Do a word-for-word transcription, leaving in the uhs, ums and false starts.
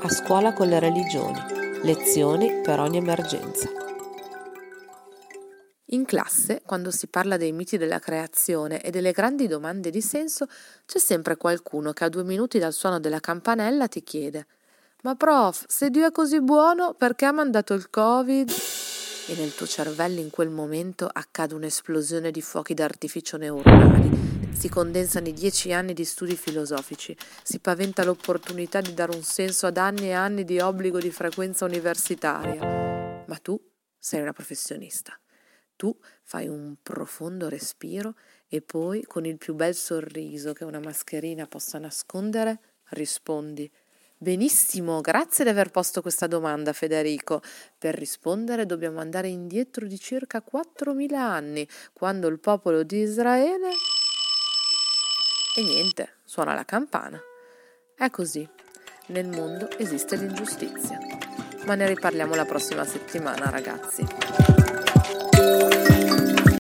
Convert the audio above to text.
A scuola con le religioni. Lezioni per ogni emergenza. In classe, quando si parla dei miti della creazione e delle grandi domande di senso, c'è sempre qualcuno che a due minuti dal suono della campanella ti chiede: «Ma prof, se Dio è così buono, perché ha mandato il Covid?» E nel tuo cervello in quel momento accade un'esplosione di fuochi d'artificio neuronali. Si condensano i dieci anni di studi filosofici, si paventa l'opportunità di dare un senso ad anni e anni di obbligo di frequenza universitaria. Ma tu sei una professionista. Tu fai un profondo respiro e poi, con il più bel sorriso che una mascherina possa nascondere, rispondi: «Benissimo, grazie di aver posto questa domanda, Federico. Per rispondere dobbiamo andare indietro di circa quattromila anni, quando il popolo di Israele...» E niente, suona la campana. È così. Nel mondo esiste l'ingiustizia. Ma ne riparliamo la prossima settimana, ragazzi.